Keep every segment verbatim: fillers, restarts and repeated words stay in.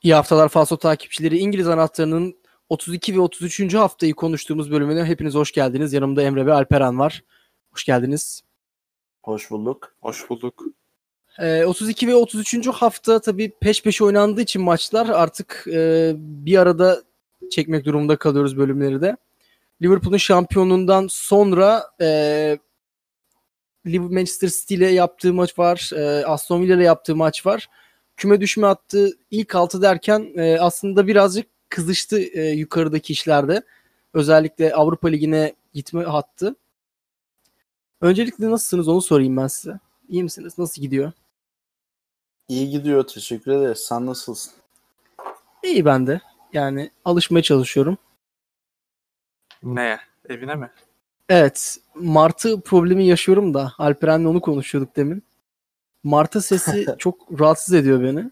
İyi haftalar Falso takipçileri. İngiliz Anahtarı'nın otuz iki ve otuz üçüncü haftayı konuştuğumuz bölümüne hepiniz hoş geldiniz. Yanımda Emre ve Alperen var. Hoş geldiniz. Hoş bulduk. Hoş bulduk. Ee, otuz iki ve otuz üçüncü hafta tabii peş peşe oynandığı için maçlar artık e, bir arada çekmek durumunda kalıyoruz bölümleri de. Liverpool'un şampiyonluğundan sonra e, Manchester City ile yaptığı maç var. E, Aston Villa ile yaptığı maç var. Küme düşme hattı ilk altı derken e, aslında birazcık kızıştı e, yukarıdaki işlerde. Özellikle Avrupa Ligi'ne gitme hattı. Öncelikle nasılsınız onu sorayım ben size. İyi misiniz? Nasıl gidiyor? İyi gidiyor. Teşekkür ederiz. Sen nasılsın? İyi ben de. Yani alışmaya çalışıyorum. Neye? Evine mi? Evet. Martı problemi yaşıyorum da. Alperen'le onu konuşuyorduk demin. Martı sesi çok rahatsız ediyor beni.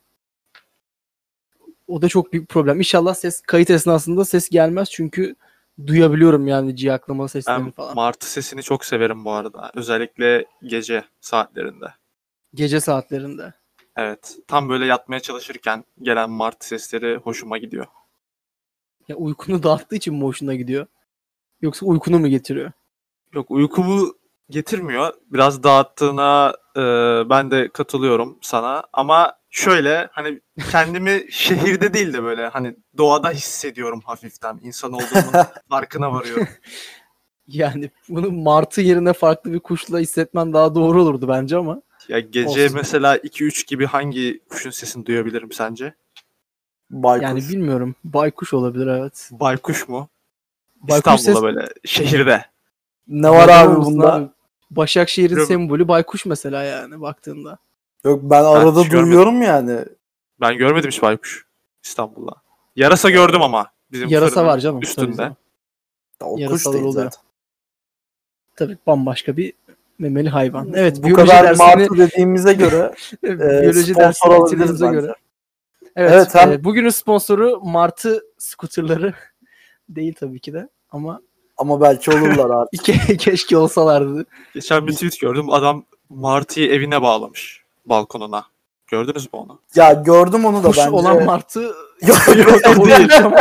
O da çok büyük problem. İnşallah ses kayıt esnasında ses gelmez çünkü duyabiliyorum yani ciyaklama seslerini Ben falan. martı sesini çok severim bu arada. Özellikle gece saatlerinde. Gece saatlerinde. Evet. Tam böyle yatmaya çalışırken gelen martı sesleri hoşuma gidiyor. Ya uykunu dağıttığı için mi hoşuna gidiyor? Yoksa uykunu mu getiriyor? Yok, uykumu getirmiyor. Biraz dağıttığına e, ben de katılıyorum sana. Ama şöyle hani kendimi şehirde değil de böyle hani doğada hissediyorum hafiften. İnsan olduğumun farkına varıyorum. Yani bunu martı yerine farklı bir kuşla hissetmen daha doğru olurdu bence ama. Ya gece Olsun. mesela iki üç gibi hangi kuşun sesini duyabilirim sence? Baykuş. Yani bilmiyorum. Baykuş olabilir evet. Baykuş mu? Baykuş İstanbul'da ses- böyle şehirde. Ne var Neden abi olmasın bunda? abi? Başakşehir'in Yok. sembolü baykuş mesela yani baktığında. Yok ben arada hiç görmedim. duyuyorum yani. Ben görmedim hiç baykuş İstanbul'da. Yarasa gördüm ama bizim Yarasa fırının var canım. tabii üstünde. canım. O kuş Yarasalar değil oluyor. zaten. Tabii bambaşka bir memeli hayvan. Evet, Bu biyoloji kadar dersini martı dediğimize göre e, biyoloji sponsor dersini olabiliriz bitirdiğimize bence. göre. Evet, Evet, hem- e, bugünün sponsoru Martı skuterları değil tabii ki de ama Ama belki olurlar artık. ke- keşke olsalardı. Geçen bir tweet gördüm. Adam martıyı evine bağlamış. Balkonuna. Gördünüz mü onu? Ya gördüm onu da Kuş bence. olan Martı Yok, yok o değil ama.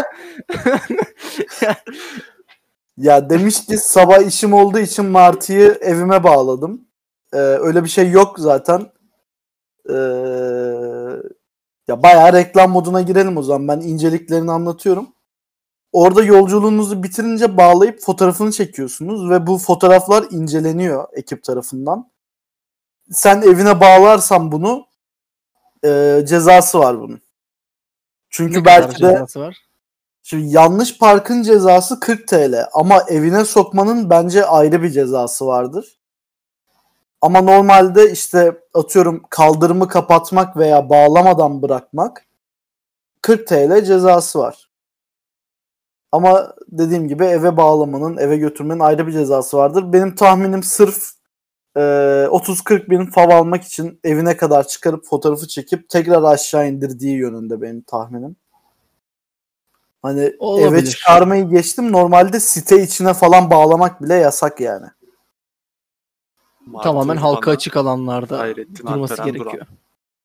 Ya demiş ki sabah işim olduğu için martıyı evime bağladım. Ee, öyle bir şey yok zaten. Ee, ya bayağı reklam moduna girelim o zaman. Ben inceliklerini anlatıyorum. Orada yolculuğunuzu bitirince bağlayıp fotoğrafını çekiyorsunuz ve bu fotoğraflar inceleniyor ekip tarafından. Sen evine bağlarsan bunu e, cezası var bunun. Çünkü Ne kadar belki de cezası var? şimdi yanlış parkın cezası kırk TL ama evine sokmanın bence ayrı bir cezası vardır. Ama normalde işte atıyorum kaldırımı kapatmak veya bağlamadan bırakmak kırk TL cezası var. Ama dediğim gibi eve bağlamanın, eve götürmenin ayrı bir cezası vardır. Benim tahminim sırf e, otuz kırk bin fav almak için evine kadar çıkarıp fotoğrafı çekip tekrar aşağı indirdiği yönünde benim tahminim. Hani Olabilir. eve çıkarmayı geçtim. Normalde site içine falan bağlamak bile yasak yani. Martı Tamamen halka uzmanı açık alanlarda Hayrettin durması Alperen gerekiyor. Duran.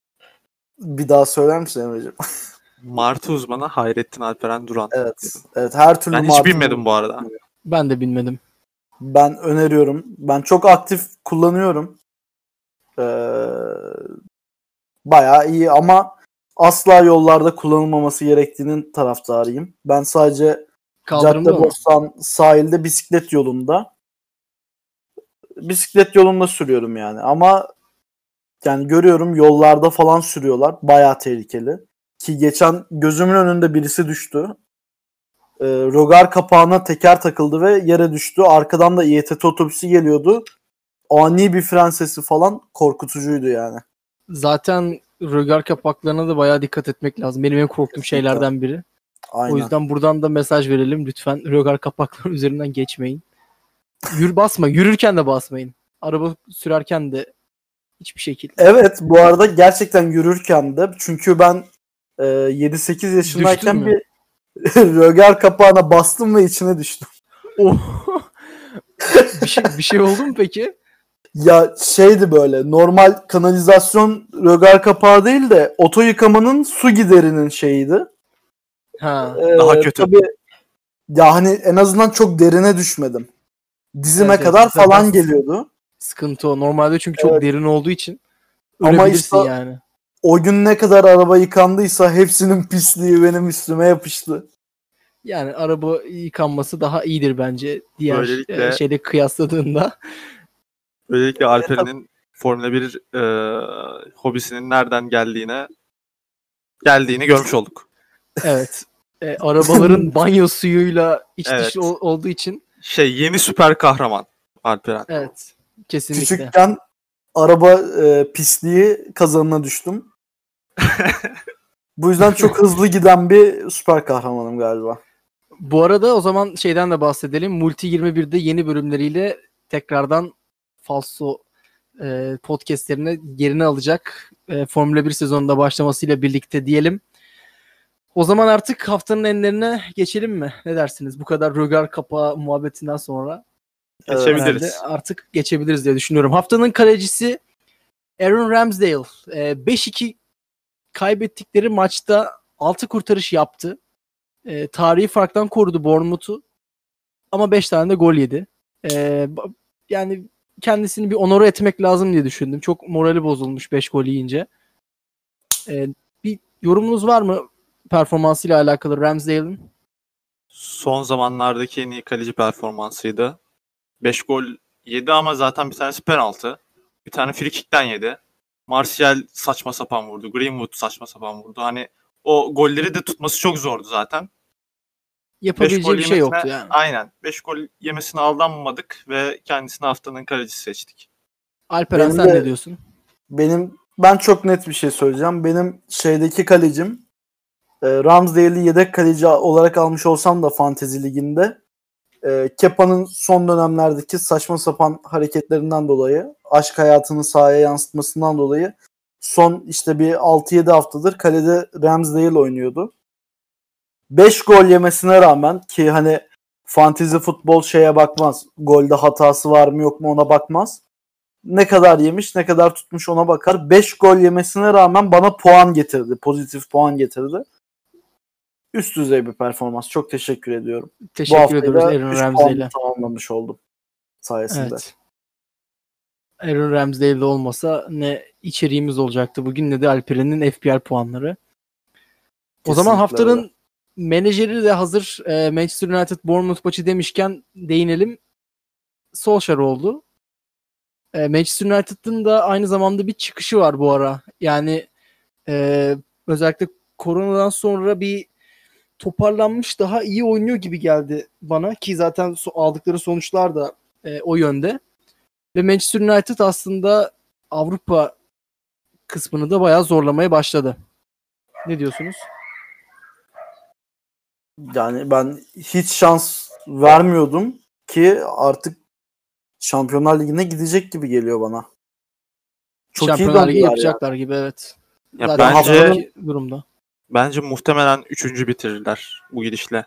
Bir daha söyler misin Emre'ciğim? Martı uzmanı Hayrettin Alperen Duran. Evet. Evet, her türlü Ben hiç martı- bilmedim bu arada. Ben de bilmedim. Ben öneriyorum. Ben çok aktif kullanıyorum. Ee, bayağı iyi ama asla yollarda kullanılmaması gerektiğinin taraftarıyım. Ben sadece Kaldırımda mı? Caddebostan sahilde bisiklet yolunda bisiklet yolunda sürüyorum yani. Ama yani görüyorum yollarda falan sürüyorlar. Bayağı tehlikeli. Ki geçen gözümün önünde birisi düştü. Ee, rogar kapağına teker takıldı ve yere düştü. Arkadan da İ E T T otobüsü geliyordu. Ani bir fren sesi falan korkutucuydu yani. Zaten rögar kapaklarına da bayağı dikkat etmek lazım. Benim en korktuğum Kesinlikle. şeylerden biri. Aynen. O yüzden buradan da mesaj verelim. Lütfen rögar kapakları üzerinden geçmeyin. Yürü basma. Yürürken de basmayın. Araba sürerken de hiçbir şekilde. Evet, bu arada gerçekten yürürken de çünkü ben e, yedi sekiz yaşındayken Düştün bir mü? rögar kapağına bastım ve içine düştüm. Oh. bir şey bir şey oldu mu peki? Ya şeydi böyle normal kanalizasyon rögar kapağı değil de oto yıkamanın su giderinin şeyiydi. Ha. Ee, Daha kötü. Tabii ya hani en azından çok derine düşmedim. Dizime Evet, evet. kadar Zaten falan s- geliyordu. Sıkıntı o. Normalde çünkü çok Evet. derin olduğu için Ama ölebilirsin işte yani. o gün ne kadar araba yıkandıysa hepsinin pisliği benim üstüme yapıştı. Yani araba yıkanması daha iyidir bence diğer e, Böylelikle şeyle kıyasladığında. böylelikle Alperen'in Formula bir e, hobisinin nereden geldiğine geldiğini görmüş olduk. Evet. E, arabaların banyo suyuyla iç Evet. dışı ol- olduğu için Şey yeni süper kahraman Alperen. evet. Kesinlikle. Küçükken araba e, pisliği kazanına düştüm. Bu yüzden çok hızlı giden bir süper kahramanım galiba. Bu arada o zaman şeyden de bahsedelim. Multi yirmi birde yeni bölümleriyle tekrardan Falso e, podcastlerine yerini alacak. E, Formula bir sezonunda başlamasıyla birlikte diyelim. O zaman artık haftanın enlerine geçelim mi? Ne dersiniz? Bu kadar rögar kapağı muhabbetinden sonra Geçebiliriz. herhalde artık geçebiliriz diye düşünüyorum. Haftanın kalecisi Aaron Ramsdale. E, beş iki kaybettikleri maçta altı kurtarış yaptı. E, tarihi farktan korudu Bournemouth'u. Ama beş tane de gol yedi. E, ba- yani kendisini bir onore etmek lazım diye düşündüm. Çok morali bozulmuş beş gol yiyince. E, bir yorumunuz var mı performansıyla alakalı Ramsdale'ın? Son zamanlardaki en iyi kaleci performansıydı. beş gol yedi ama zaten bir tanesi penaltı. Bir tane free kick'ten yedi. Martial saçma sapan vurdu. Greenwood saçma sapan vurdu. Hani o golleri de tutması çok zordu zaten. beş gol Yapabileceği bir şey yemesine yoktu yani. aynen. beş gol yemesine aldanmadık ve kendisini haftanın kalecisi seçtik. Alperen Benim sen de ne diyorsun? benim ben çok net bir şey söyleyeceğim. Benim şeydeki kalecim e, Ramsdale'i yedek kaleci olarak almış olsam da Fantasy Ligi'nde e, Kepa'nın son dönemlerdeki saçma sapan hareketlerinden dolayı, aşk hayatını sahaya yansıtmasından dolayı son işte bir altı yedi haftadır kalede Ramsdale oynuyordu. beş gol yemesine rağmen ki hani Fantasy futbol şeye bakmaz. Golde hatası var mı yok mu ona bakmaz. Ne kadar yemiş, ne kadar tutmuş ona bakar. beş gol yemesine rağmen bana puan getirdi. Pozitif puan getirdi. Üst düzey bir performans. Çok teşekkür ediyorum. Bu Teşekkür haftayı ediyoruz da Aaron üç puanla Ramsdale'e. tamamlamış oldum sayesinde. Evet. Aaron Ramsdale'de olmasa ne içeriğimiz olacaktı bugün ne de Alperen'in F P L puanları. O zaman Kesinlikle haftanın öyle. menajeri de hazır e, Manchester United Bournemouth maçı demişken değinelim. Solskjaer oldu. E, Manchester United'ın da aynı zamanda bir çıkışı var bu ara. Yani e, özellikle koronadan sonra bir toparlanmış, daha iyi oynuyor gibi geldi bana ki zaten so- aldıkları sonuçlar da e, o yönde. Ve Manchester United aslında Avrupa kısmını da bayağı zorlamaya başladı. Ne diyorsunuz? Yani ben hiç şans vermiyordum ki artık Şampiyonlar Ligi'ne gidecek gibi geliyor bana. Çok iyi Şampiyonlar Ligi döndüler yani. yapacaklar gibi, evet. Ya Zaten bence şu anki durumda. bence muhtemelen üçüncü bitirirler bu gidişle.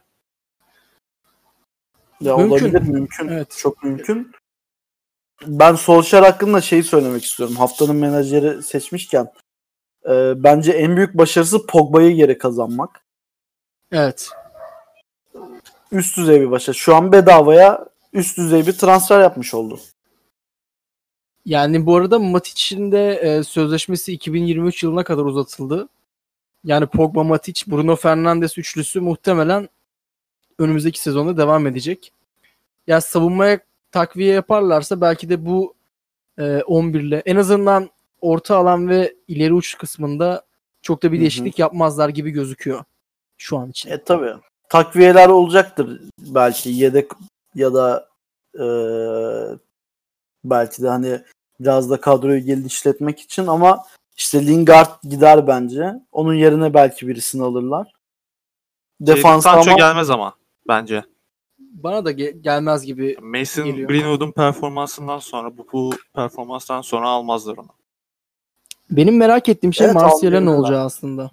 Ya Mümkün. olabilir, mümkün. Evet. Çok mümkün. Ben Solskjaer hakkında şeyi söylemek istiyorum. Haftanın menajeri seçmişken e, bence en büyük başarısı Pogba'yı geri kazanmak. Evet. Üst düzey bir başarı. Şu an bedavaya üst düzey bir transfer yapmış oldu. Yani bu arada Matic'in de e, sözleşmesi iki bin yirmi üç yılına kadar uzatıldı. Yani Pogba, Matic, Bruno Fernandes üçlüsü muhtemelen önümüzdeki sezonda devam edecek. Ya savunmaya takviye yaparlarsa belki de bu e, on bir ile en azından orta alan ve ileri uç kısmında çok da bir Hı hı. değişiklik yapmazlar gibi gözüküyor şu an için. E tabii. Takviyeler olacaktır belki yedek ya da e, belki de hani biraz da kadroyu genişletmek için ama işte Lingard gider bence. Onun yerine belki birisini alırlar. Jadon Defans Sancho ama gelmez ama bence. Bana da ge- gelmez gibi Mason geliyor. Greenwood'un performansından sonra bu, bu performanstan sonra almazlar onu. Benim merak ettiğim şey evet, Martial'e ne almayabilirler. olacağı aslında.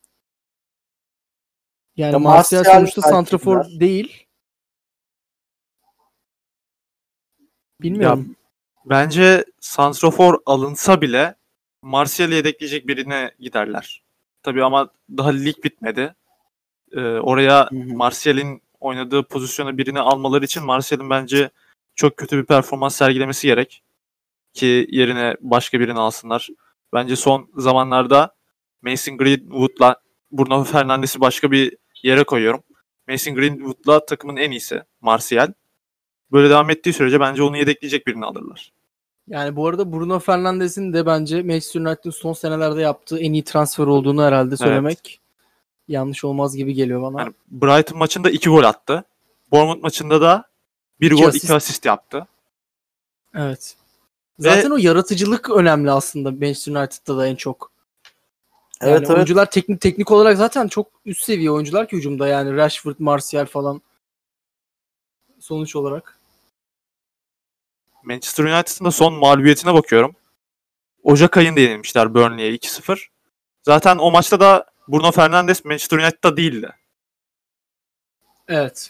Yani Ya Martial Martial sonuçta belki santrafor gider. değil. Ya Bilmiyorum. Bence santrafor alınsa bile Martial'i yedekleyecek birine giderler. Tabii ama daha lig bitmedi. Ee, oraya Hı hı. Martial'in oynadığı pozisyona birini almaları için Martial'in bence çok kötü bir performans sergilemesi gerek. Ki yerine başka birini alsınlar. Bence son zamanlarda Mason Greenwood'la Bruno Fernandes'i başka bir yere koyuyorum. Mason Greenwood'la takımın en iyisi Martial. Böyle devam ettiği sürece bence onu yedekleyecek birini alırlar. Yani bu arada Bruno Fernandes'in de bence Manchester United'ın son senelerde yaptığı en iyi transfer olduğunu herhalde söylemek yanlış olmaz gibi geliyor bana. Yani Brighton maçında iki gol attı. Bournemouth maçında da bir İki gol asist. iki asist yaptı. Evet. Zaten Ve- o yaratıcılık önemli aslında Manchester United'da da en çok. Yani Evet evet. oyuncular teknik teknik olarak zaten çok üst seviye oyuncular ki hücumda, yani Rashford, Martial falan sonuç olarak. Manchester United'ın da son mağlubiyetine bakıyorum. Ocak ayında yenilmişler Burnley'e iki sıfır. Zaten o maçta da Bruno Fernandes Manchester United'da değildi. Evet.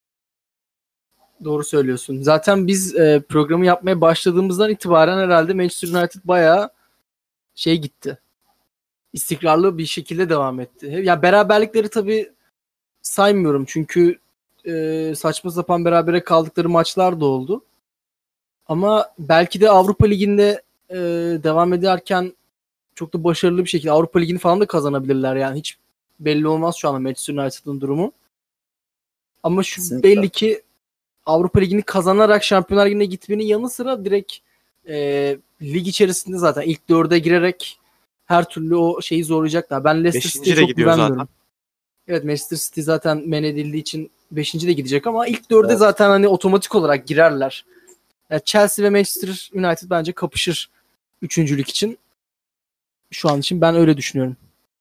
Doğru söylüyorsun. Zaten biz e, programı yapmaya başladığımızdan itibaren herhalde Manchester United bayağı şey gitti. İstikrarlı bir şekilde devam etti. Ya yani beraberlikleri tabii saymıyorum çünkü e, saçma sapan berabere kaldıkları maçlar da oldu. Ama belki de Avrupa Ligi'nde e, devam ederken çok da başarılı bir şekilde Avrupa Ligi'ni falan da kazanabilirler yani. Hiç belli olmaz şu anda Manchester United'ın durumu. Ama şu Kesinlikle. belli ki Avrupa Ligi'ni kazanarak Şampiyonlar Ligi'ne gitmenin yanı sıra direkt e, lig içerisinde zaten ilk dörde girerek her türlü o şeyi zorlayacaklar. Ben Leicester Beşinci City'ye de çok gidiyor güvenmiyorum. zaten. Evet, Manchester City zaten men edildiği için beşinci de gidecek ama ilk dörde Evet. zaten hani otomatik olarak girerler. Yani Chelsea ve Manchester United bence kapışır üçüncülük için. Şu an için ben öyle düşünüyorum.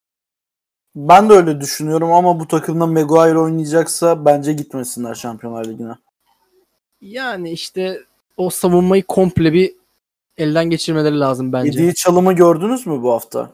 Ben de öyle düşünüyorum ama bu takımda Maguire oynayacaksa bence gitmesinler Şampiyonlar Ligi'ne. Yani işte o savunmayı komple bir elden geçirmeleri lazım bence. Yediği çalımı gördünüz mü bu hafta?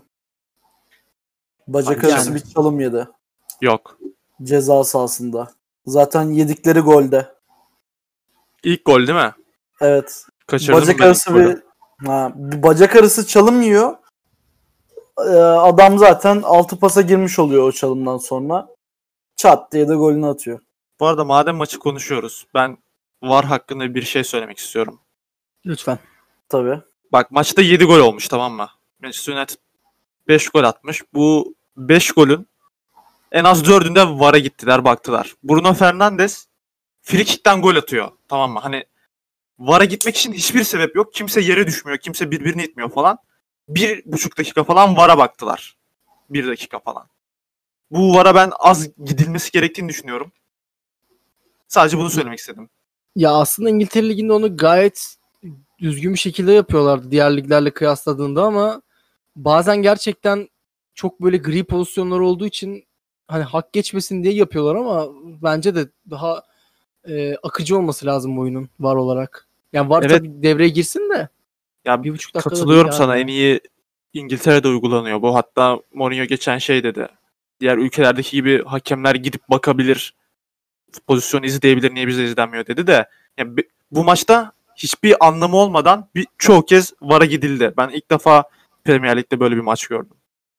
Bacak Yani. arası bir çalım yedi. Yok. Ceza sahasında. Zaten yedikleri golde. İlk gol değil mi? Evet. Kaçırdım Bacak ben arası ilk golü. bir, ha, bir bacak arası çalım yiyor. Ee, adam zaten altı pasa girmiş oluyor o çalımdan sonra. Çat diye de golünü atıyor. Bu arada madem maçı konuşuyoruz, ben V A R hakkında bir şey söylemek istiyorum. Lütfen. Tabii. Bak maçta yedi gol olmuş, tamam mı? Manchester United beş gol atmış. Bu beş golün en az dördünde V A R'a gittiler, baktılar. Bruno Fernandes free kick'ten gol atıyor, tamam mı? Hani V A R'a gitmek için hiçbir sebep yok. Kimse yere düşmüyor, kimse birbirini itmiyor falan. Bir buçuk dakika falan V A R'a baktılar. Bir dakika falan. Bu V A R'a ben az gidilmesi gerektiğini düşünüyorum. Sadece bunu söylemek istedim. Ya aslında İngiltere Ligi'nde onu gayet düzgün bir şekilde yapıyorlardı diğer liglerle kıyasladığında ama bazen gerçekten çok böyle gri pozisyonlar olduğu için hani hak geçmesin diye yapıyorlar ama bence de daha e, akıcı olması lazım oyunun V A R olarak. Yani V A R Evet. tabii devreye girsin de Ya bir buçuk dakikada katılıyorum değil sana, abi. en iyi İngiltere'de uygulanıyor bu. Hatta Mourinho geçen şey dedi. Diğer ülkelerdeki gibi hakemler gidip bakabilir, pozisyonu izleyebilir, niye bize izlenmiyor dedi de. Yani bi- bu maçta hiçbir anlamı olmadan bir çoğu kez V A R'a gidildi. Ben ilk defa Premier Lig'de böyle bir maç gördüm.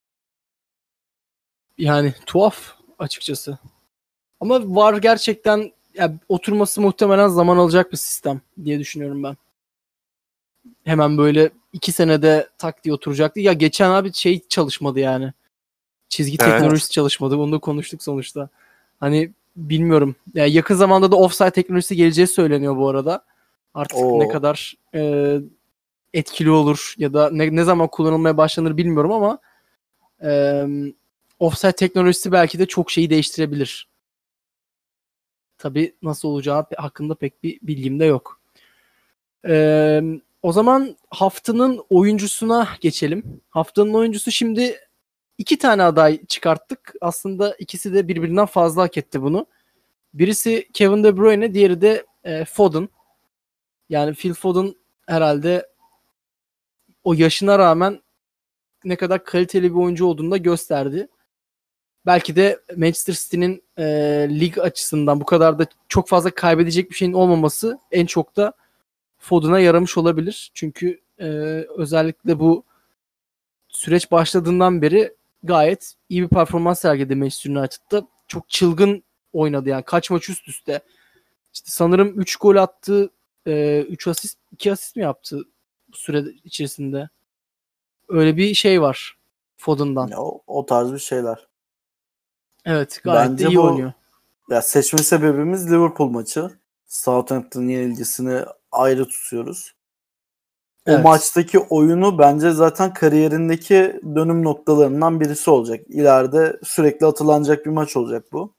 Yani tuhaf açıkçası. Ama V A R gerçekten ya, oturması muhtemelen zaman alacak bir sistem diye düşünüyorum ben. Hemen böyle iki senede tak diye oturacaktı. Ya geçen abi şey çalışmadı yani. Çizgi Evet. teknolojisi çalışmadı. Bunu da konuştuk sonuçta. Hani bilmiyorum. Yani yakın zamanda da offside teknolojisi geleceği söyleniyor bu arada. Artık Oo. ne kadar e, etkili olur ya da ne, ne zaman kullanılmaya başlanır bilmiyorum ama e, offside teknolojisi belki de çok şeyi değiştirebilir. Tabii nasıl olacağı hakkında pek bir bilgim de yok. Ee, o zaman haftanın oyuncusuna geçelim. Haftanın oyuncusu, şimdi iki tane aday çıkarttık. Aslında ikisi de birbirinden fazla hak etti bunu. Birisi Kevin De Bruyne, diğeri de e, Foden. Yani Phil Foden herhalde o yaşına rağmen ne kadar kaliteli bir oyuncu olduğunu da gösterdi. Belki de Manchester City'nin e, lig açısından bu kadar da çok fazla kaybedecek bir şeyin olmaması en çok da Foden'a yaramış olabilir. Çünkü e, özellikle bu süreç başladığından beri gayet iyi bir performans sergiledi Manchester United'da. Çok çılgın oynadı yani. Kaç maç üst üste. İşte sanırım üç gol attı. üç asist, iki asist mi yaptı bu süre içerisinde? Öyle bir şey var Foden'dan. O, o tarz bir şeyler. Evet, gayet Bence de iyi bu, oynuyor. ya seçme sebebimiz Liverpool maçı. Southampton yenilgisini ayrı tutuyoruz. O Evet. maçtaki oyunu bence zaten kariyerindeki dönüm noktalarından birisi olacak. İleride sürekli hatırlanacak bir maç olacak bu.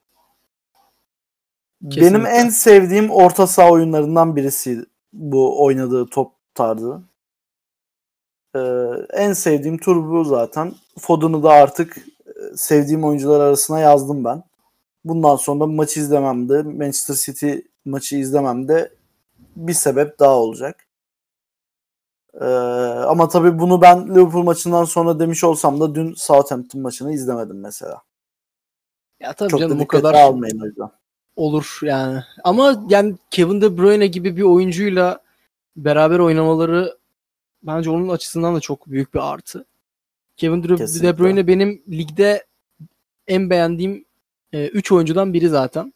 Kesinlikle. Benim en sevdiğim orta saha oyunlarından birisi bu oynadığı top tarzı. Ee, en sevdiğim tur bu zaten. Foden'ı da artık e, sevdiğim oyuncular arasına yazdım ben. Bundan sonra maçı izlememde, Manchester City maçı izlememde bir sebep daha olacak. Ee, ama tabii bunu ben Liverpool maçından sonra demiş olsam da dün Southampton maçını izlemedim mesela. Ya tabii Çok canım, da o dikkate kadar almayın o yüzden. olur yani. Ama yani Kevin De Bruyne gibi bir oyuncuyla beraber oynamaları bence onun açısından da çok büyük bir artı. Kevin De Kesinlikle. Bruyne benim ligde en beğendiğim üç oyuncudan biri zaten.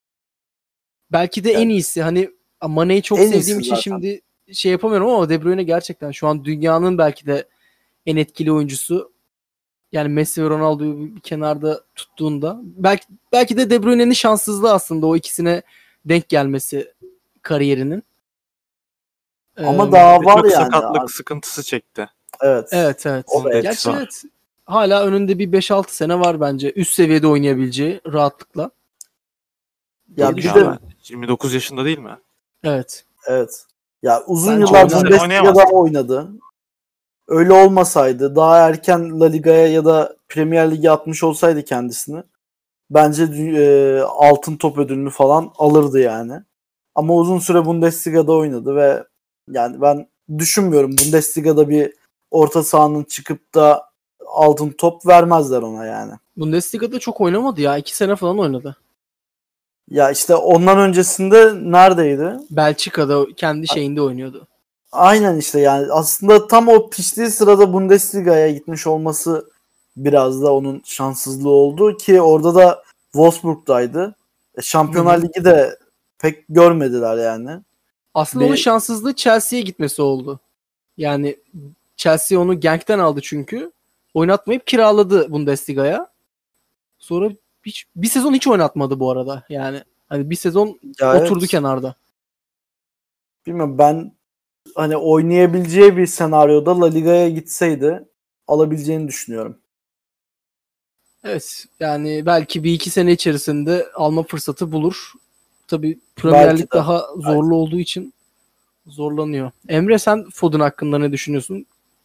Belki de Yani, en iyisi. Hani Mane'yi çok en sevdiğim iyisi için zaten. şimdi şey yapamıyorum ama De Bruyne gerçekten şu an dünyanın belki de en etkili oyuncusu. Yani Messi ve Ronaldo'yu bir kenarda tuttuğunda belki belki de De Bruyne'nin şanssızlığı aslında o ikisine denk gelmesi kariyerinin. Ama Ee, daha var Çok yani. sakatlık sıkıntısı çekti. Evet. evet evet. O da etkisi Gerçi var. evet. Hala önünde bir beş altı sene var bence. Üst seviyede oynayabileceği rahatlıkla. Ya Yok bir ya, de ben yirmi dokuz yaşında değil mi? Evet. Evet. Ya uzun Bence yıllar oynar. Bundesliga'da oynadı. Öyle olmasaydı, daha erken La Liga'ya ya da Premier Lig'e atmış olsaydı kendisini, bence e, altın top ödülünü falan alırdı yani. Ama uzun süre Bundesliga'da oynadı ve yani ben düşünmüyorum Bundesliga'da bir orta sahanın çıkıp da altın top vermezler ona yani. Bundesliga'da çok oynamadı ya. iki sene falan oynadı. Ya işte ondan öncesinde neredeydi? Belçika'da kendi şeyinde oynuyordu. Aynen işte yani aslında tam o piştiği sırada Bundesliga'ya gitmiş olması biraz da onun şanssızlığı oldu ki orada da Wolfsburg'daydı. E, Şampiyonlar Hı hı. Ligi de pek görmediler yani. Aslında Bir, onun şanssızlığı Chelsea'ye gitmesi oldu. Yani Chelsea onu Genk'ten aldı çünkü. Oynatmayıp kiraladı Bundesliga'ya. Sonra hiç, bir sezon hiç oynatmadı bu arada. Yani hani bir sezon ya oturdu evet, kenarda. bilmiyorum ben hani oynayabileceği bir senaryoda La Liga'ya gitseydi alabileceğini düşünüyorum. Evet yani belki bir iki sene içerisinde alma fırsatı bulur. Tabii Premier Belki Lig de. daha zorlu olduğu için zorlanıyor. Emre, sen Foden hakkında ne düşünüyorsun?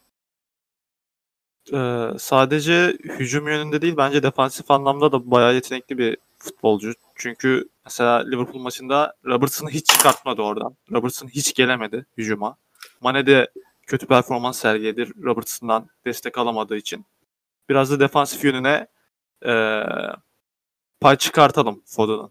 Ee, sadece hücum yönünde değil, bence defansif anlamda da bayağı yetenekli bir futbolcu. Çünkü mesela Liverpool maçında Robertson'ı hiç çıkartmadı oradan. Robertson hiç gelemedi hücuma. Mane de kötü performans sergiledi Robertson'dan destek alamadığı için. Biraz da defansif yönüne ee, pay çıkartalım Foden'ın.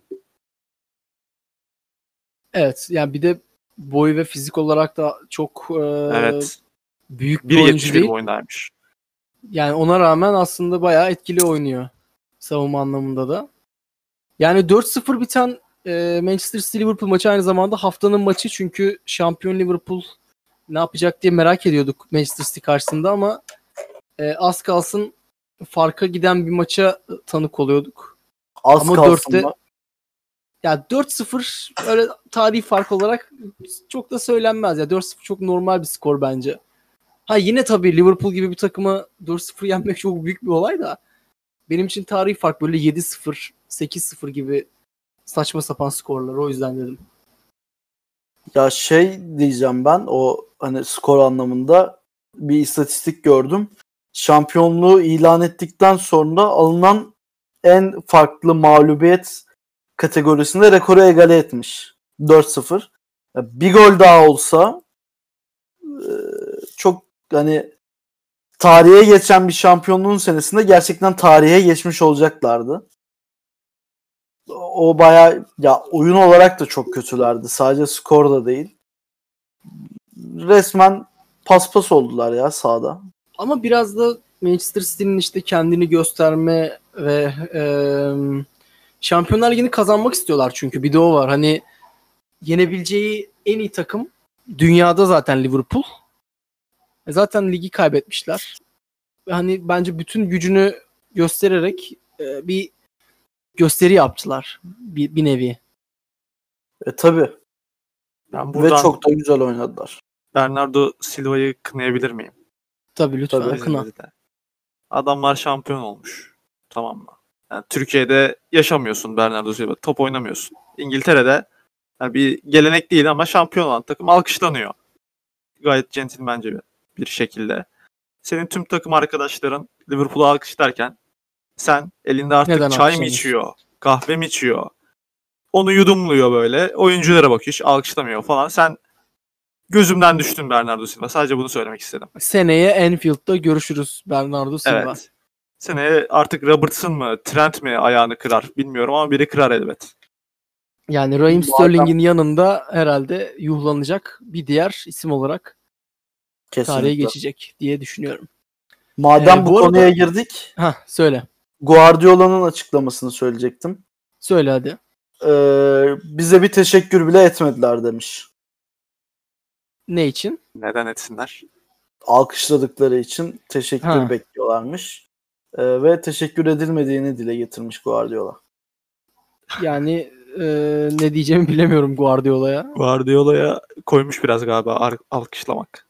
Evet yani bir de boy ve fizik olarak da çok e, Evet. büyük bir bir oyuncu yetmiş bir değil. boyundaymış. Yani ona rağmen aslında bayağı etkili oynuyor savunma anlamında da. Yani dört sıfır biten e, Manchester City Liverpool maçı aynı zamanda haftanın maçı, çünkü şampiyon Liverpool ne yapacak diye merak ediyorduk Manchester City karşısında ama e, az kalsın farka giden bir maça tanık oluyorduk. Az Ama kalsın dörtte mı? ya dört sıfır öyle tarihi fark olarak çok da söylenmez ya. dört sıfır çok normal bir skor bence. Ha yine tabii Liverpool gibi bir takımı dört sıfır yenmek çok büyük bir olay da benim için tarihi fark böyle yedi sıfır, sekiz sıfır gibi saçma sapan skorlar, o yüzden dedim. Ya şey diyeceğim ben o hani skor anlamında bir istatistik gördüm. Şampiyonluğu ilan ettikten sonra alınan en farklı mağlubiyet kategorisinde rekoru egale etmiş. dört sıfır. Ya bir gol daha olsa e, çok hani tarihe geçen bir şampiyonluğun senesinde gerçekten tarihe geçmiş olacaklardı. O bayağı ya oyun olarak da çok kötülerdi. Sadece skor da değil. resmen paspas oldular ya sahada. Ama biraz da Manchester City'nin işte kendini gösterme ve e, Şampiyonlar Ligi'ni kazanmak istiyorlar çünkü bir de o var. Hani yenebileceği en iyi takım dünyada zaten Liverpool. E zaten ligi kaybetmişler. Hani bence bütün gücünü göstererek e, bir gösteri yaptılar bir, bir nevi. E tabi. Ben buradan Ve çok da güzel oynadılar. Bernardo Silva'yı kınayabilir miyim? Tabii lütfen Tabii. kına. İzninizle. Adamlar şampiyon olmuş. Tamam mı? Yani Türkiye'de yaşamıyorsun Bernardo Silva. Top oynamıyorsun. İngiltere'de yani bir gelenek değil ama şampiyon olan takım alkışlanıyor. Gayet centilmence bir, bir şekilde. Senin tüm takım arkadaşların Liverpool'u alkışlarken sen elinde artık Neden çay mı alkışlamıyorsun? içiyor, kahve mi içiyor? Onu yudumluyor böyle. Oyunculara bakıyor, hiç alkışlamıyor falan. Sen gözümden düştün Bernardo Silva. Sadece bunu söylemek istedim. Seneye Anfield'da görüşürüz Bernardo Silva. Evet. Seneye artık Robertson mı, Trent mi ayağını kırar bilmiyorum ama biri kırar elbet. Yani Raheem Bu Sterling'in yanında herhalde yuhlanacak bir diğer isim olarak tarihe Kesinlikle. geçecek diye düşünüyorum. Madem Ee, bu bu arada- konuya girdik, Hah söyle. Guardiola'nın açıklamasını söyleyecektim. Söyle hadi. Ee, bize bir teşekkür bile etmediler demiş. Ne için? Neden etsinler? Alkışladıkları için teşekkür Ha. bekliyorlarmış. Ee, ve teşekkür edilmediğini dile getirmiş Guardiola. Yani e, ne diyeceğimi bilemiyorum Guardiola'ya. Guardiola'ya koymuş biraz galiba ar- alkışlamak.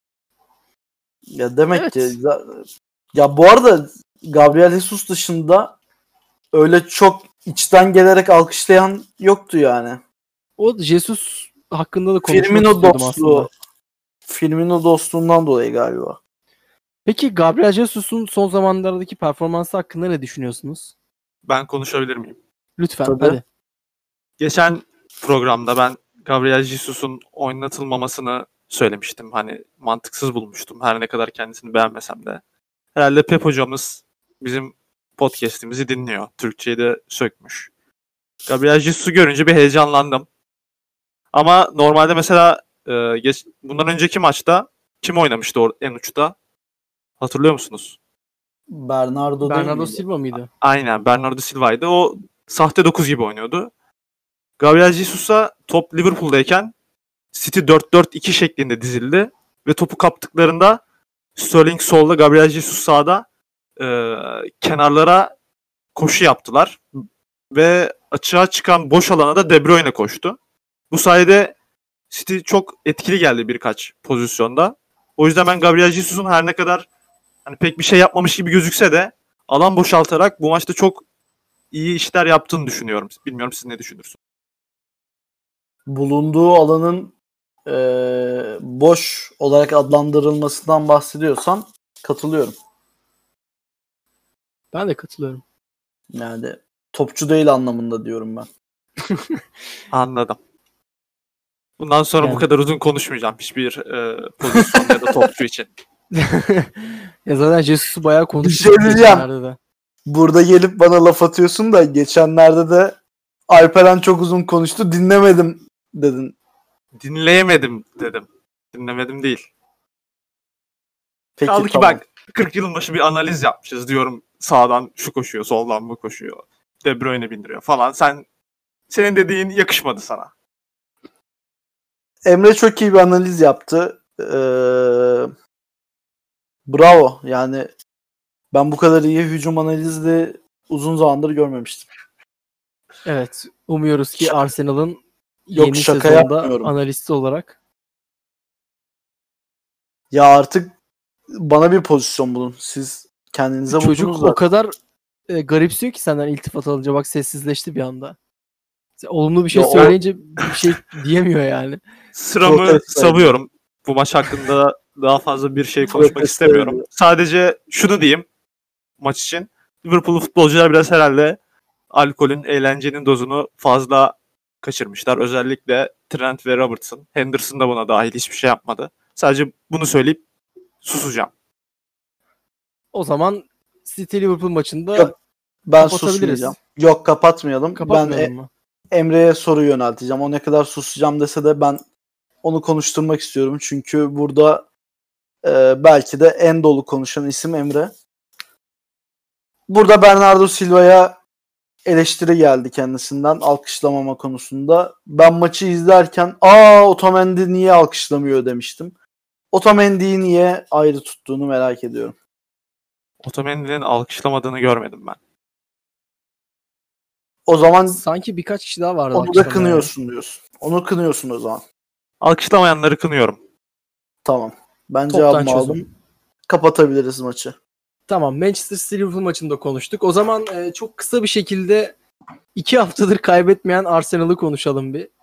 Ya demek Evet. ki ya bu arada Gabriel Jesus dışında öyle çok içten gelerek alkışlayan yoktu yani. O Jesus hakkında da konuşmak Firmino istiyordum dostluğu aslında. Firmino dostluğundan dolayı galiba. Peki Gabriel Jesus'un son zamanlardaki performansı hakkında ne düşünüyorsunuz? Ben konuşabilir miyim? Lütfen Tabii. hadi. Geçen programda ben Gabriel Jesus'un oynatılmamasını söylemiştim. Hani mantıksız bulmuştum. Her ne kadar kendisini beğenmesem de. Herhalde Pep hocamız bizim podcast'imizi dinliyor. Türkçeyi de sökmüş. Gabriel Jesus'u görünce bir heyecanlandım. Ama normalde mesela e, geç, bundan önceki maçta kim oynamıştı or- en uçta? Hatırlıyor musunuz? Bernardo, değil Bernardo miydi? Silva mıydı? Aynen Bernardo Silva'ydı. O sahte dokuz gibi oynuyordu. Gabriel Jesus'a top Liverpool'dayken City dört dört iki şeklinde dizildi. Ve topu kaptıklarında Sterling solda, Gabriel Jesus sağda e, kenarlara koşu yaptılar. Ve açığa çıkan boş alana da De Bruyne koştu. Bu sayede City çok etkili geldi birkaç pozisyonda. O yüzden ben Gabriel Jesus'un her ne kadar hani pek bir şey yapmamış gibi gözükse de alan boşaltarak bu maçta çok iyi işler yaptığını düşünüyorum. Bilmiyorum siz ne düşünürsünüz? Bulunduğu alanın e, boş olarak adlandırılmasından bahsediyorsan katılıyorum. Ben de katılıyorum. Yani topçu değil anlamında diyorum ben. Anladım. Bundan sonra Yani. bu kadar uzun konuşmayacağım hiçbir e, pozisyon ya da topçu için. Ya zaten Jesus'u bayağı konuştuk. Bir şey diyeceğim. geçenlerde de. Burada gelip bana laf atıyorsun da geçenlerde de Alperen çok uzun konuştu dinlemedim dedin. Dinleyemedim dedim. Dinlemedim değil. Peki Kaldı ki tamam. bak kırk yılın başı bir analiz yapmışız diyorum. Sağdan şu koşuyor, soldan bu koşuyor. De Bruyne bindiriyor falan. Sen senin dediğin yakışmadı sana. Emre çok iyi bir analiz yaptı. Ee, bravo. Yani ben bu kadar iyi hücum analizi uzun zamandır görmemiştim. Evet. Umuyoruz ki Arsenal'ın Yok, yeni şaka sezonda yapmıyorum. analisti olarak. Ya artık bana bir pozisyon bulun. Siz kendinize Çocuk buldunuz o zaten. kadar e, garipsiyor ki senden iltifat alınca. Bak sessizleşti bir anda. Sen olumlu bir şey Ya o- söyleyince bir şey diyemiyor yani. Sıramı Protesto savuyorum. Bu maç hakkında daha fazla bir şey konuşmak Protesto istemiyorum. ediyor. Sadece şunu diyeyim maç için. Liverpool futbolcular biraz herhalde alkolün, eğlencenin dozunu fazla kaçırmışlar. Özellikle Trent ve Robertson. Henderson da buna dahil hiçbir şey yapmadı. Sadece bunu söyleyip susacağım. O zaman City Liverpool maçında Yok, Ben kapatabiliriz. susmayacağım. Yok kapatmayalım. Ben Kapatmayalım e- mı? Emre'ye soru yönelteceğim. O ne kadar susacağım dese de ben Onu konuşturmak istiyorum. Çünkü burada e, belki de en dolu konuşan isim Emre. Burada Bernardo Silva'ya eleştiri geldi kendisinden alkışlamama konusunda. Ben maçı izlerken aa Otamendi niye alkışlamıyor demiştim. Otamendi'yi niye ayrı tuttuğunu merak ediyorum. Otamendi'nin alkışlamadığını görmedim ben. O zaman Sanki birkaç kişi daha vardı. onu da alkışlamayan. kınıyorsun diyorsun. Onu kınıyorsun o zaman. Alkışlamayanları kınıyorum. Tamam. Ben Toptan cevabımı çözüm. aldım. Kapatabiliriz maçı. Tamam, Manchester City Liverpool maçında konuştuk. O zaman e, çok kısa bir şekilde iki haftadır kaybetmeyen Arsenal'ı konuşalım bir.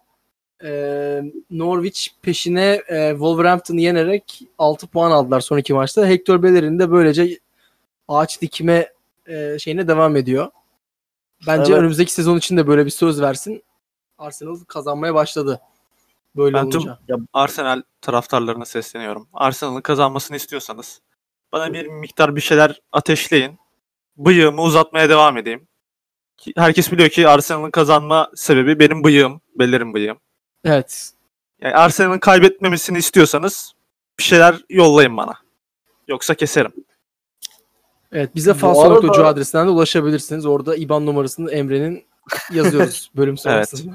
E, Norwich peşine e, Wolverhampton'ı yenerek altı puan aldılar son iki maçta. Hector Bellerin de böylece ağaç dikme e, şeyine devam ediyor. Bence Evet. önümüzdeki sezon için de böyle bir söz versin. Arsenal kazanmaya başladı. Böyle Ben tüm olunca. Arsenal taraftarlarına sesleniyorum. Arsenal'ın kazanmasını istiyorsanız bana bir miktar bir şeyler ateşleyin. Bıyığımı uzatmaya devam edeyim. Ki herkes biliyor ki Arsenal'ın kazanma sebebi benim bıyığım. Bellerin bıyığım. Evet. Yani Arsenal'ın kaybetmemesini istiyorsanız bir şeyler yollayın bana. Yoksa keserim. Evet, bize Bu falso arada- nokta co adresinden de ulaşabilirsiniz. Orada I B A N numarasını Emre'nin yazıyoruz bölüm sonrasında.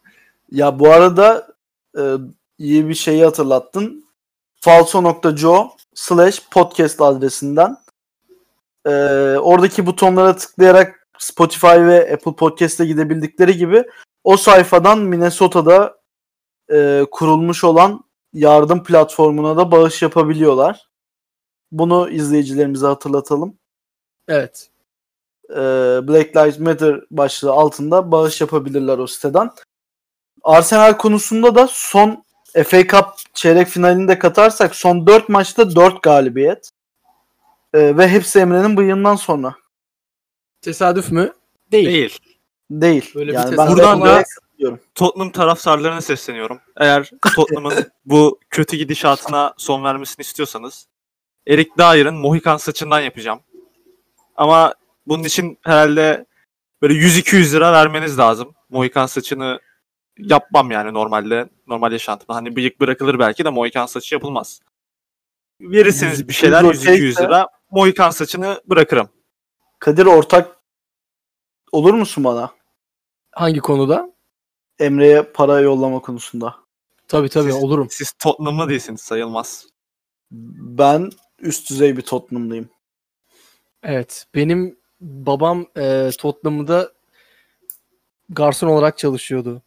Ya bu arada e, iyi bir şeyi hatırlattın. falso nokta co slash podcast adresinden e, oradaki butonlara tıklayarak Spotify ve Apple Podcast'e gidebildikleri gibi o sayfadan Minnesota'da e, kurulmuş olan yardım platformuna da bağış yapabiliyorlar. Bunu izleyicilerimize hatırlatalım. Evet. e, Black Lives Matter başlığı altında bağış yapabilirler o siteden. Arsenal konusunda da son F A Cup çeyrek finalinde katarsak son dört maçta dört galibiyet. E, ve hepsi Emre'nin bıyığından sonra. Tesadüf mü? Değil. Değil. Değil. Böyle bir yani tesadüf ben Buradan de da- katılıyorum. Tottenham taraftarlarına sesleniyorum. Eğer Tottenham'ın bu kötü gidişatına son vermesini istiyorsanız Eric Dyer'ın Mohikan saçından yapacağım. Ama bunun için herhalde böyle yüz iki yüz lira vermeniz lazım. Mohikan saçını yapmam yani normalde. Normal yaşantımda. Hani bıyık bırakılır belki de Mohikan saçı yapılmaz. Verirseniz bir şeyler yüz yüz iki yüz okeyse- lira Mohikan saçını bırakırım. Kadir ortak olur musun bana? Hangi konuda? Emre'ye para yollama konusunda. Tabii tabii Siz- olurum. Siz Tottenham'lı değilsiniz, sayılmaz. Ben üst düzey bir Tottenham'lıyım. Evet. Benim babam e, Tottenham'da garson olarak çalışıyordu.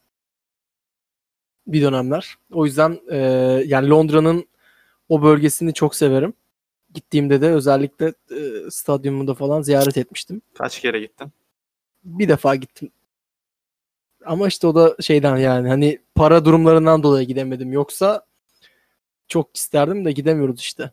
Bir dönemler. O yüzden e, yani Londra'nın o bölgesini çok severim. Gittiğimde de özellikle e, stadyumunda falan ziyaret etmiştim. Kaç kere gittin? Bir defa gittim. Ama işte o da şeyden yani hani para durumlarından dolayı gidemedim. Yoksa çok isterdim de gidemiyoruz işte.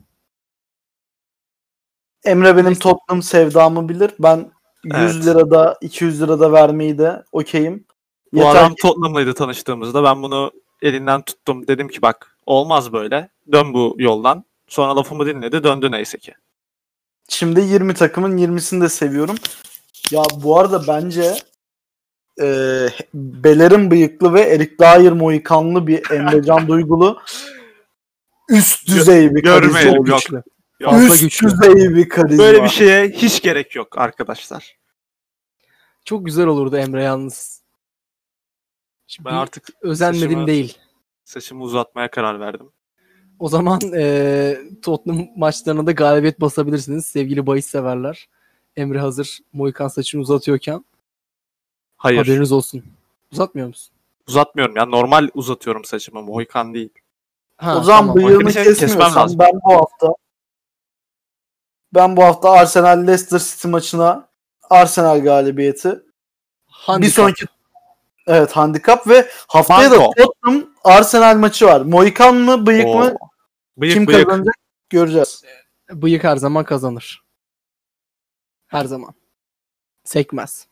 Emre benim Neyse. Tottenham sevdamı bilir. Ben yüz Evet. lirada iki yüz lirada vermeyi de okeyim. Bu Yeter adam ki Tottenham'lıydı tanıştığımızda. Ben bunu elinden tuttum. Dedim ki bak olmaz böyle. Dön bu yoldan. Sonra lafımı dinledi. Döndü neyse ki. şimdi yirmi takımın yirmisini de seviyorum. Ya bu arada bence e, Bellerin bıyıklı ve Eric Dyer mohikanlı bir Emrecan Duygulu üst düzey bir görmeyelim, karizma yok. olmuş. Güçlü. Yok. Fazla Üst güçlü. düzey bir karizma. Böyle bir şeye hiç gerek yok arkadaşlar. Çok güzel olurdu Emre yalnız. Şimdi Ben artık özenmedim saçımı, değil. saçımı uzatmaya karar verdim. O zaman e, Tottenham maçlarına da galibiyet basabilirsiniz sevgili bahis severler. Emre hazır Mohikan saçını uzatıyorken Hayır. haberiniz olsun. Uzatmıyor musun? Uzatmıyorum ya. Normal uzatıyorum saçımı. Mohikan değil. Ha, O zaman tamam. bıyığını Seni kesmem kesmiyorsan lazım. ben bu hafta ben bu hafta Arsenal Leicester City maçına Arsenal galibiyeti. Handikap. Bir sonraki evet handikap ve haftaya da Manko. Tottenham Arsenal maçı var. Mohikan mı bıyık Oo. mı Bıyık kim bıyık. kazanacak göreceğiz. Bıyık her zaman kazanır. Her zaman. Sekmez.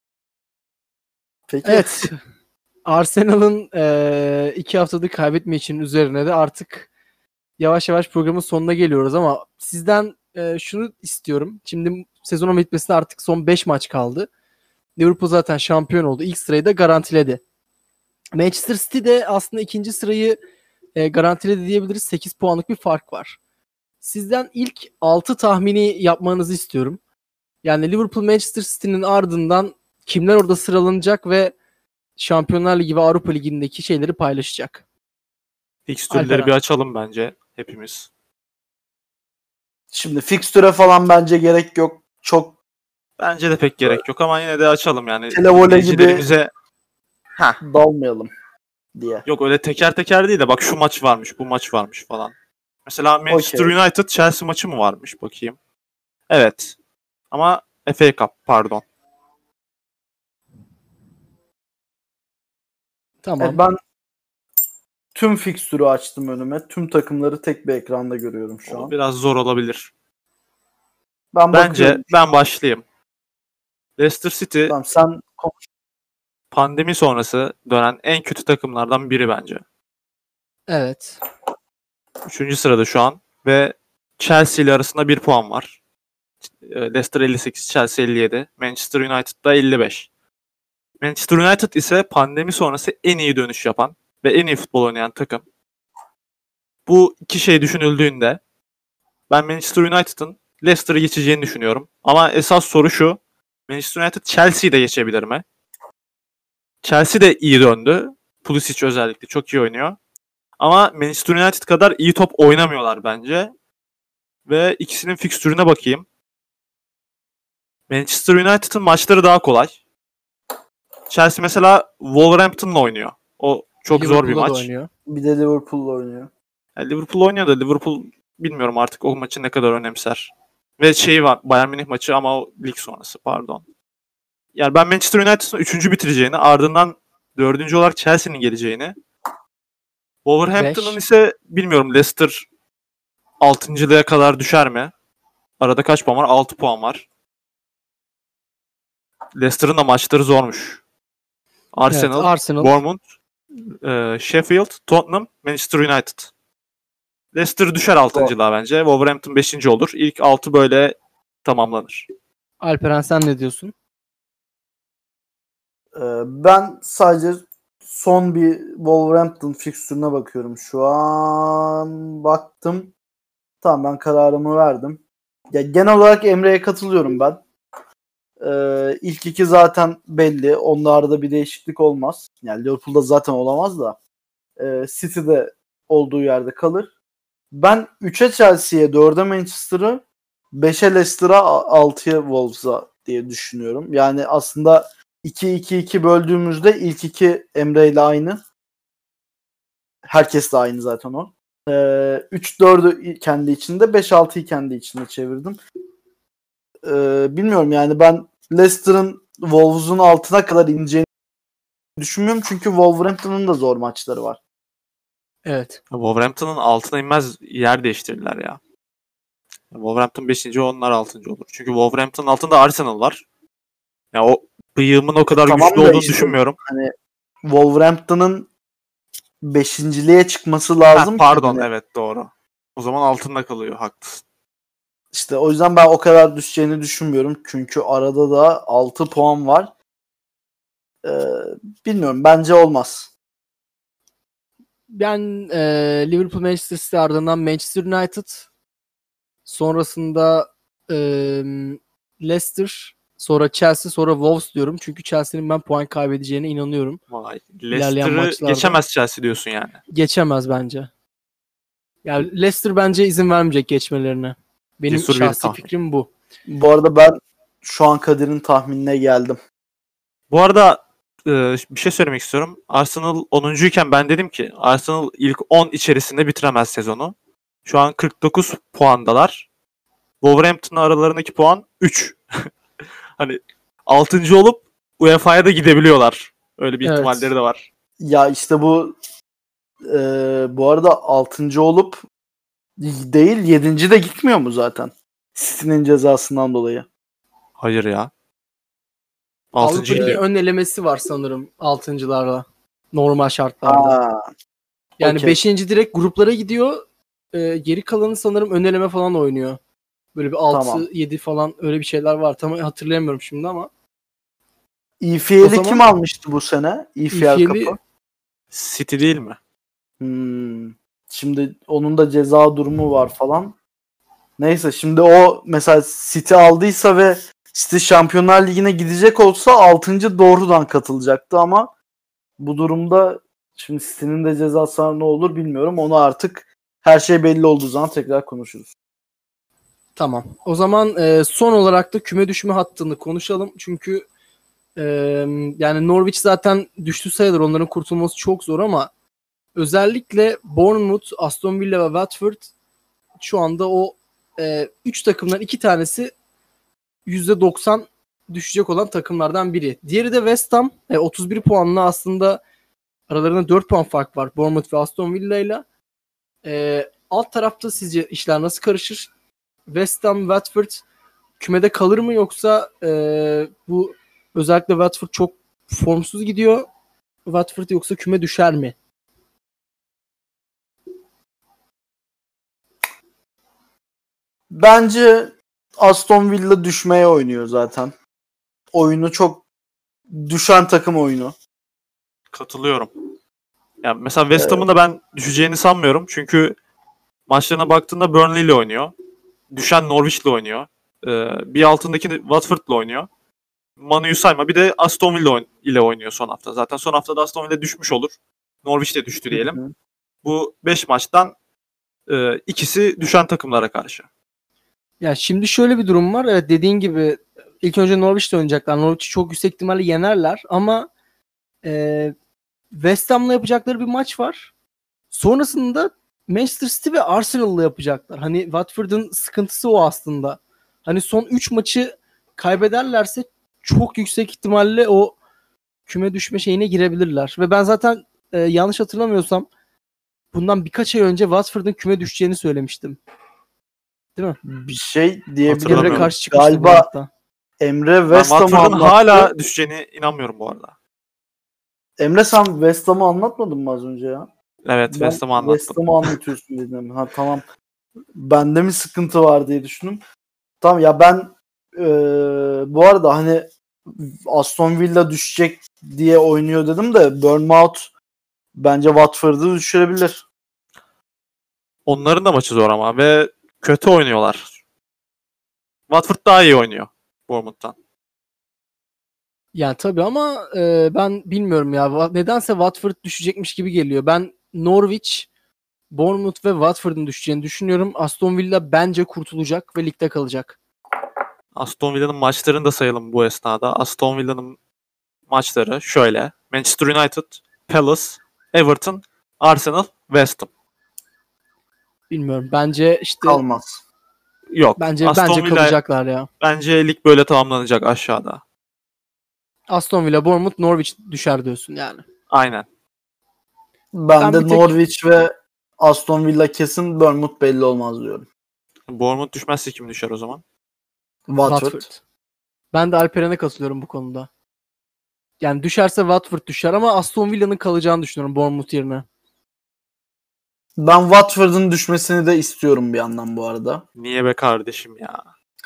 Peki. Evet. Arsenal'ın eee, iki haftadır kaybetme için üzerine de artık yavaş yavaş programın sonuna geliyoruz ama sizden eee, şunu istiyorum. Şimdi sezonun bitmesine artık son beş maç kaldı. Liverpool zaten şampiyon oldu. İlk sırayı da garantiledi. Manchester City de aslında ikinci sırayı e, garantili de diyebiliriz. sekiz puanlık bir fark var. Sizden ilk altı tahmini yapmanızı istiyorum. Yani Liverpool Manchester City'nin ardından kimler orada sıralanacak ve Şampiyonlar Ligi ve Avrupa Ligi'ndeki şeyleri paylaşacak. Fikstürleri Alperen. bir açalım bence hepimiz. Şimdi fikstüre falan bence gerek yok. Çok Bence de pek gerek yok ama yine de açalım yani. televole gibi dinleyicilerimize- Heh. dalmayalım diye. Yok öyle teker teker değil de bak şu maç varmış, bu maç varmış falan. Mesela Manchester Okey. United Chelsea maçı mı varmış bakayım. Evet. Ama F A Cup pardon. Tamam. Evet, ben tüm fikstürü açtım önüme. Tüm takımları tek bir ekranda görüyorum şu O an. biraz zor olabilir. Ben Bence bakıyorum. ben başlayayım. Leicester City Tamam, sen konuş. pandemi sonrası dönen en kötü takımlardan biri bence. Evet. Üçüncü sırada şu an ve Chelsea ile arasında bir puan var. Leicester elli sekiz, Chelsea elli yedi, Manchester United'da elli beş. Manchester United ise pandemi sonrası en iyi dönüş yapan ve en iyi futbol oynayan takım. Bu iki şey düşünüldüğünde ben Manchester United'ın Leicester'ı geçeceğini düşünüyorum. Ama esas soru şu. Manchester United Chelsea'yi de geçebilir mi? Chelsea de iyi döndü. Pulisic özellikle çok iyi oynuyor. Ama Manchester United kadar iyi top oynamıyorlar bence. Ve ikisinin fikstürüne bakayım. Manchester United'ın maçları daha kolay. Chelsea mesela Wolverhampton'la oynuyor. O çok zor bir Liverpool'da da maç. oynuyor. Bir de Liverpool'la oynuyor. Yani Liverpool oynuyor da Liverpool bilmiyorum artık o maçı ne kadar önemser. Ve şeyi var Bayern Münih maçı ama o lig sonrası pardon. Yani ben Manchester United'ın üçüncü bitireceğini ardından dördüncü olarak Chelsea'nin geleceğini. Wolverhampton'ın Beş. ise bilmiyorum Leicester altıncılığa kadar düşer mi? Arada kaç puan var? altı puan var. Leicester'ın da maçları zormuş. Arsenal, Evet, Arsenal. Bournemouth, e, Sheffield, Tottenham, Manchester United. Leicester düşer altıncılığa bence. Wolverhampton beşinci olur. İlk altı böyle tamamlanır. Alperen sen ne diyorsun? Ee, ben sadece son bir Wolverhampton fikstürüne bakıyorum. Şu an baktım. Tamam, ben kararımı verdim. Ya genel olarak Emre'ye katılıyorum ben. Ee, ilk iki zaten belli. Onlarda bir değişiklik olmaz. Yani Liverpool'da zaten olamaz da. Ee, City'de olduğu yerde kalır. Ben üçe Chelsea'ye, dörde Manchester'ı, beşe Leicester'a, altıya Wolves'a diye düşünüyorum. Yani aslında iki iki iki böldüğümüzde ilk iki Emre ile aynı. Herkes de aynı zaten o. Ee, üç dördü kendi içinde, beş altıyı kendi içinde çevirdim. Ee, bilmiyorum yani ben Leicester'ın Wolves'un altına kadar ineceğini düşünmüyorum. Çünkü Wolverhampton'ın da zor maçları var. Evet. Wolverhampton'ın altına inmez yer değiştirirler ya. Wolverhampton beşinci onlar altıncı olur. Çünkü Wolverhampton'ın altında Arsenal var. Ya o bıyığımın o kadar Tamam güçlü da olduğunu işte- düşünmüyorum. Hani Wolverhampton'ın beşinciliğe çıkması Ha, lazım. ki pardon hani evet doğru. O zaman altında kalıyor haklısın. İşte o yüzden ben o kadar düşeceğini düşünmüyorum. Çünkü arada da altı puan var. Ee, bilmiyorum. Bence olmaz. Ben e, Liverpool Manchester City ardından Manchester United, sonrasında e, Leicester, sonra Chelsea, sonra Wolves diyorum. Çünkü Chelsea'nin ben puan kaybedeceğine inanıyorum. Vay. İlerleyen Leicester'ı maçlarda. geçemez Chelsea diyorsun yani. Geçemez bence. Yani Leicester bence izin vermeyecek geçmelerine. Benim Cesur bir şahsi tahmin. fikrim bu. Bu arada ben şu an Kadir'in tahminine geldim. Bu arada e, bir şey söylemek istiyorum. Arsenal onuncuyken ben dedim ki Arsenal ilk on içerisinde bitiremez sezonu. Şu an kırk dokuz puandalar. Wolverhampton'la aralarındaki puan üç. Hani altıncı olup U E F A'ya da gidebiliyorlar. Öyle bir Evet. ihtimalleri de var. Ya işte bu e, bu arada altıncı olup değil yedinci de gitmiyor mu zaten? City'nin cezasından dolayı. Hayır ya. Avrupa altıncı Ligi gidiyor. ön elemesi var sanırım altıncılarla. Normal şartlarda. Aa, Yani okey. beşinci direkt gruplara gidiyor. Ee, geri kalanı sanırım ön eleme falan oynuyor. Böyle bir altı yedi Tamam. falan öyle bir şeyler var. Tam hatırlayamıyorum şimdi ama. E F L'yi O zaman- kim almıştı bu sene? E F L E F L'i kapı. City değil mi? Hmm. Şimdi onun da ceza durumu var falan. Neyse şimdi o mesela City aldıysa ve City Şampiyonlar Ligi'ne gidecek olsa altıncı doğrudan katılacaktı ama bu durumda şimdi City'nin de cezası ne olur bilmiyorum. Onu artık her şey belli olduğu zaman tekrar konuşuruz. Tamam. O zaman e, son olarak da küme düşme hattını konuşalım. Çünkü e, yani Norwich zaten düştü sayılır. Onların kurtulması çok zor ama özellikle Bournemouth, Aston Villa ve Watford şu anda o üç e, takımdan iki tanesi yüzde doksan düşecek olan takımlardan biri. Diğeri de West Ham. E, otuz bir puanla aslında aralarında dört puan fark var Bournemouth ve Aston Villa ile. E, alt tarafta sizce işler nasıl karışır? West Ham, Watford kümede kalır mı yoksa e, bu özellikle Watford çok formsuz gidiyor. Watford yoksa küme düşer mi? Bence Aston Villa düşmeye oynuyor zaten. Oyunu çok düşen takım oyunu. Katılıyorum. Yani mesela West Ham'ın da ben düşeceğini sanmıyorum. Çünkü maçlarına baktığında Burnley ile oynuyor. Düşen Norwich ile oynuyor. Ee, bir altındaki Watford ile oynuyor. Manu'yu sayma. Bir de Aston Villa ile oynuyor son hafta. Zaten son haftada Aston Villa düşmüş olur. Norwich de düştü diyelim. Hı hı. Bu beş maçtan e, ikisi düşen takımlara karşı. Ya şimdi şöyle bir durum var. Evet, dediğin gibi ilk önce Norwich'te oynayacaklar. Norwich'i çok yüksek ihtimalle yenerler ama e, West Ham'la yapacakları bir maç var. Sonrasında Manchester City ve Arsenal'la yapacaklar. Hani Watford'un sıkıntısı o aslında. Hani son üç maçı kaybederlerse çok yüksek ihtimalle o küme düşme şeyine girebilirler. Ve ben zaten e, yanlış hatırlamıyorsam bundan birkaç ay önce Watford'un küme düşeceğini söylemiştim. Değil mi? Bir şey diyebilirim. Emre karşı çıkmıştı Galiba Emre West Ham'ı Watford'un hala düşeceğine inanmıyorum bu arada. Emre sen West Ham'ı anlatmadın mı az önce ya? Evet, ben West Ham'ı anlattım. West Ham'ı anlatıyorsun dedim. Ha tamam. Bende mi sıkıntı var diye düşündüm. Tamam ya ben e, bu arada hani Aston Villa düşecek diye oynuyor dedim de Bournemouth bence Watford'u düşürebilir. Onların da maçı zor ama ve kötü oynuyorlar. Watford daha iyi oynuyor Bournemouth'tan. Yani tabii ama e, ben bilmiyorum ya. Nedense Watford düşecekmiş gibi geliyor. Ben Norwich, Bournemouth ve Watford'un düşeceğini düşünüyorum. Aston Villa bence kurtulacak ve ligde kalacak. Aston Villa'nın maçlarını da sayalım bu esnada. Aston Villa'nın maçları şöyle. Manchester United, Palace, Everton, Arsenal, West Ham. Bilmiyorum. Bence işte Kalmaz. Yok. Bence Aston bence Villa, kalacaklar ya. Bence lig böyle tamamlanacak aşağıda. Aston Villa, Bournemouth, Norwich düşer diyorsun yani. Aynen. Ben, Ben de tek... Norwich ve Aston Villa kesin, Bournemouth belli olmaz diyorum. Bournemouth düşmezse kim düşer o zaman? Watford. Watford. Ben de Alperen'e katılıyorum bu konuda. Yani düşerse Watford düşer ama Aston Villa'nın kalacağını düşünüyorum Bournemouth yerine. Ben Watford'un düşmesini de istiyorum bir yandan bu arada. Niye be kardeşim ya?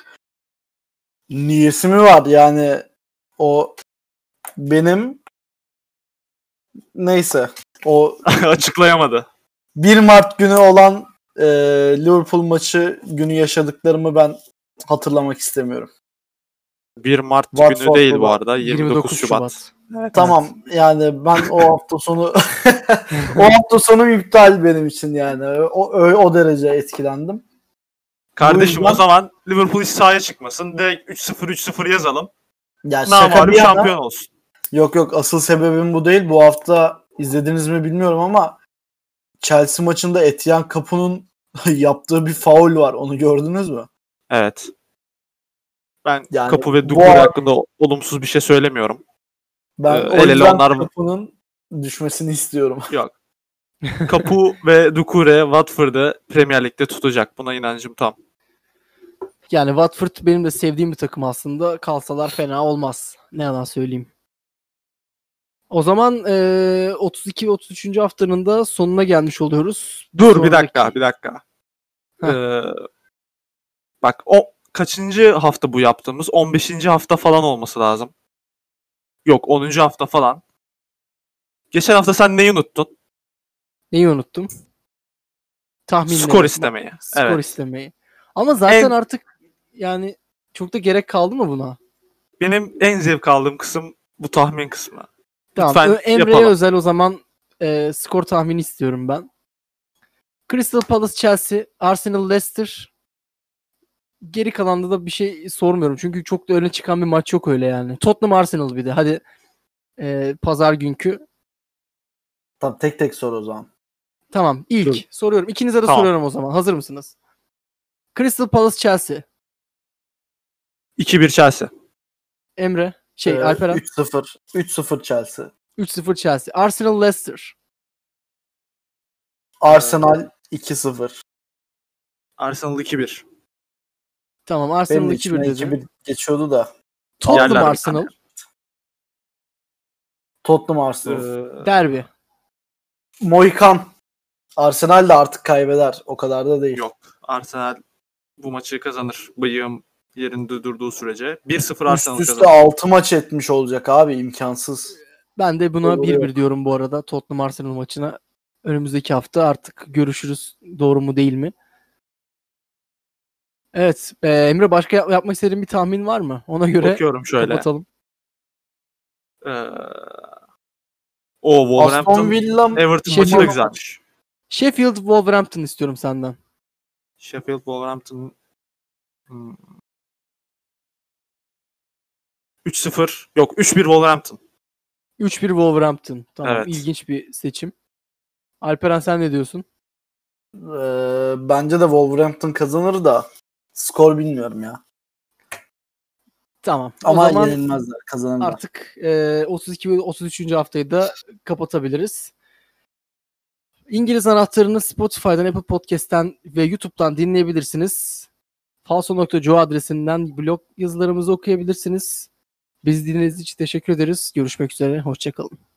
Niyesi mi var yani o benim neyse o açıklayamadı. bir Mart günü olan e, Liverpool maçı günü yaşadıklarımı ben hatırlamak istemiyorum. bir Mart Watford günü değil bu da arada. yirmi dokuz Şubat. Evet, tamam evet. Yani ben o hafta sonu o hafta sonu iptal benim için yani. O, o, o derece etkilendim. Kardeşim yüzden... o zaman Liverpool hiç sahaya çıkmasın. Direkt üç sıfır üç sıfır yazalım. Ya Namalum şampiyon olsun. Yok yok asıl sebebim bu değil. Bu hafta izlediniz mi bilmiyorum ama Chelsea maçında Etienne Capoe'nun yaptığı bir faul var. Onu gördünüz mü? Evet. Ben yani Capoe ve Doucouré hakkında olumsuz bir şey söylemiyorum. Ben ee, o el yüzden onlar... Capoe'nun düşmesini istiyorum. Yok. Capoe ve Doucouré Watford'ı Premier Lig'de tutacak. Buna inancım tam. Yani Watford benim de sevdiğim bir takım aslında. Kalsalar fena olmaz. Ne yalan söyleyeyim. O zaman e, otuz iki ve otuz üçüncü haftanın da sonuna gelmiş oluyoruz. Dur Sonraki... bir dakika bir dakika. Ee, bak o kaçıncı hafta bu yaptığımız? on beşinci hafta falan olması lazım. Yok onuncu hafta falan. Geçen hafta sen neyi unuttun? Neyi unuttum? tahminleri. Skor istemeyi. Skor Evet. istemeyi. Ama zaten En- artık yani çok da gerek kaldı mı buna? Benim en zevk aldığım kısım bu tahmin kısmı. Tamam. Lütfen Ö- Emre'ye yapalım. özel o zaman e, skor tahmini istiyorum ben. Crystal Palace Chelsea, Arsenal Leicester. Geri kalanda da bir şey sormuyorum. Çünkü çok da öne çıkan bir maç yok öyle yani. Tottenham Arsenal bir de. Hadi e, pazar günkü. Tamam, tek tek sor o zaman. Tamam. İlk Dur. soruyorum. İkinize de Tamam. soruyorum o zaman. Hazır mısınız? Crystal Palace Chelsea. iki bir Chelsea. Emre. Şey Ee, Alperen. üç sıfır. üç sıfır Chelsea. üç sıfır Chelsea. Arsenal Leicester. Arsenal iki sıfır. Arsenal iki bir. Tamam. Benim Arsenal de iki bir içime dedi. iki bir geçiyordu da. Tottenham Yerler bir Arsenal. Tottenham Arsenal. Ee, Derbi. Mohikan. Arsenal de artık kaybeder. O kadar da değil. Yok. Arsenal bu maçı kazanır. Bıyığım yerinde durduğu sürece. bir sıfır Üst Arsenal üste kazanır. altı maç etmiş olacak abi. İmkansız. Ben de buna Doğru. bir bir diyorum bu arada. Tottenham Arsenal maçına. Önümüzdeki hafta artık görüşürüz. Doğru mu değil mi? Evet. e, Emre başka yap- yapmak istediğin bir tahmin var mı? Ona göre Bakıyorum şöyle. kapatalım. Ee, o Aston Wolverhampton Villa Everton Şey maçı da yok. güzelmiş. Sheffield Wolverhampton istiyorum senden. Sheffield Wolverhampton hmm. üç sıfır yok üç bir Wolverhampton. üç bir Wolverhampton. Tamam. Evet. İlginç bir seçim. Alperen sen ne diyorsun? Ee, bence de Wolverhampton kazanır da skor bilmiyorum ya. Tamam. Ama o zaman yenilmezler, kazanırlar. artık e, otuz iki ve otuz üçüncü haftayı da kapatabiliriz. İngiliz anahtarını Spotify'dan, Apple Podcast'ten ve YouTube'dan dinleyebilirsiniz. falso nokta co adresinden blog yazılarımızı okuyabilirsiniz. Bizi dinlediğiniz için teşekkür ederiz. Görüşmek üzere. Hoşça kalın.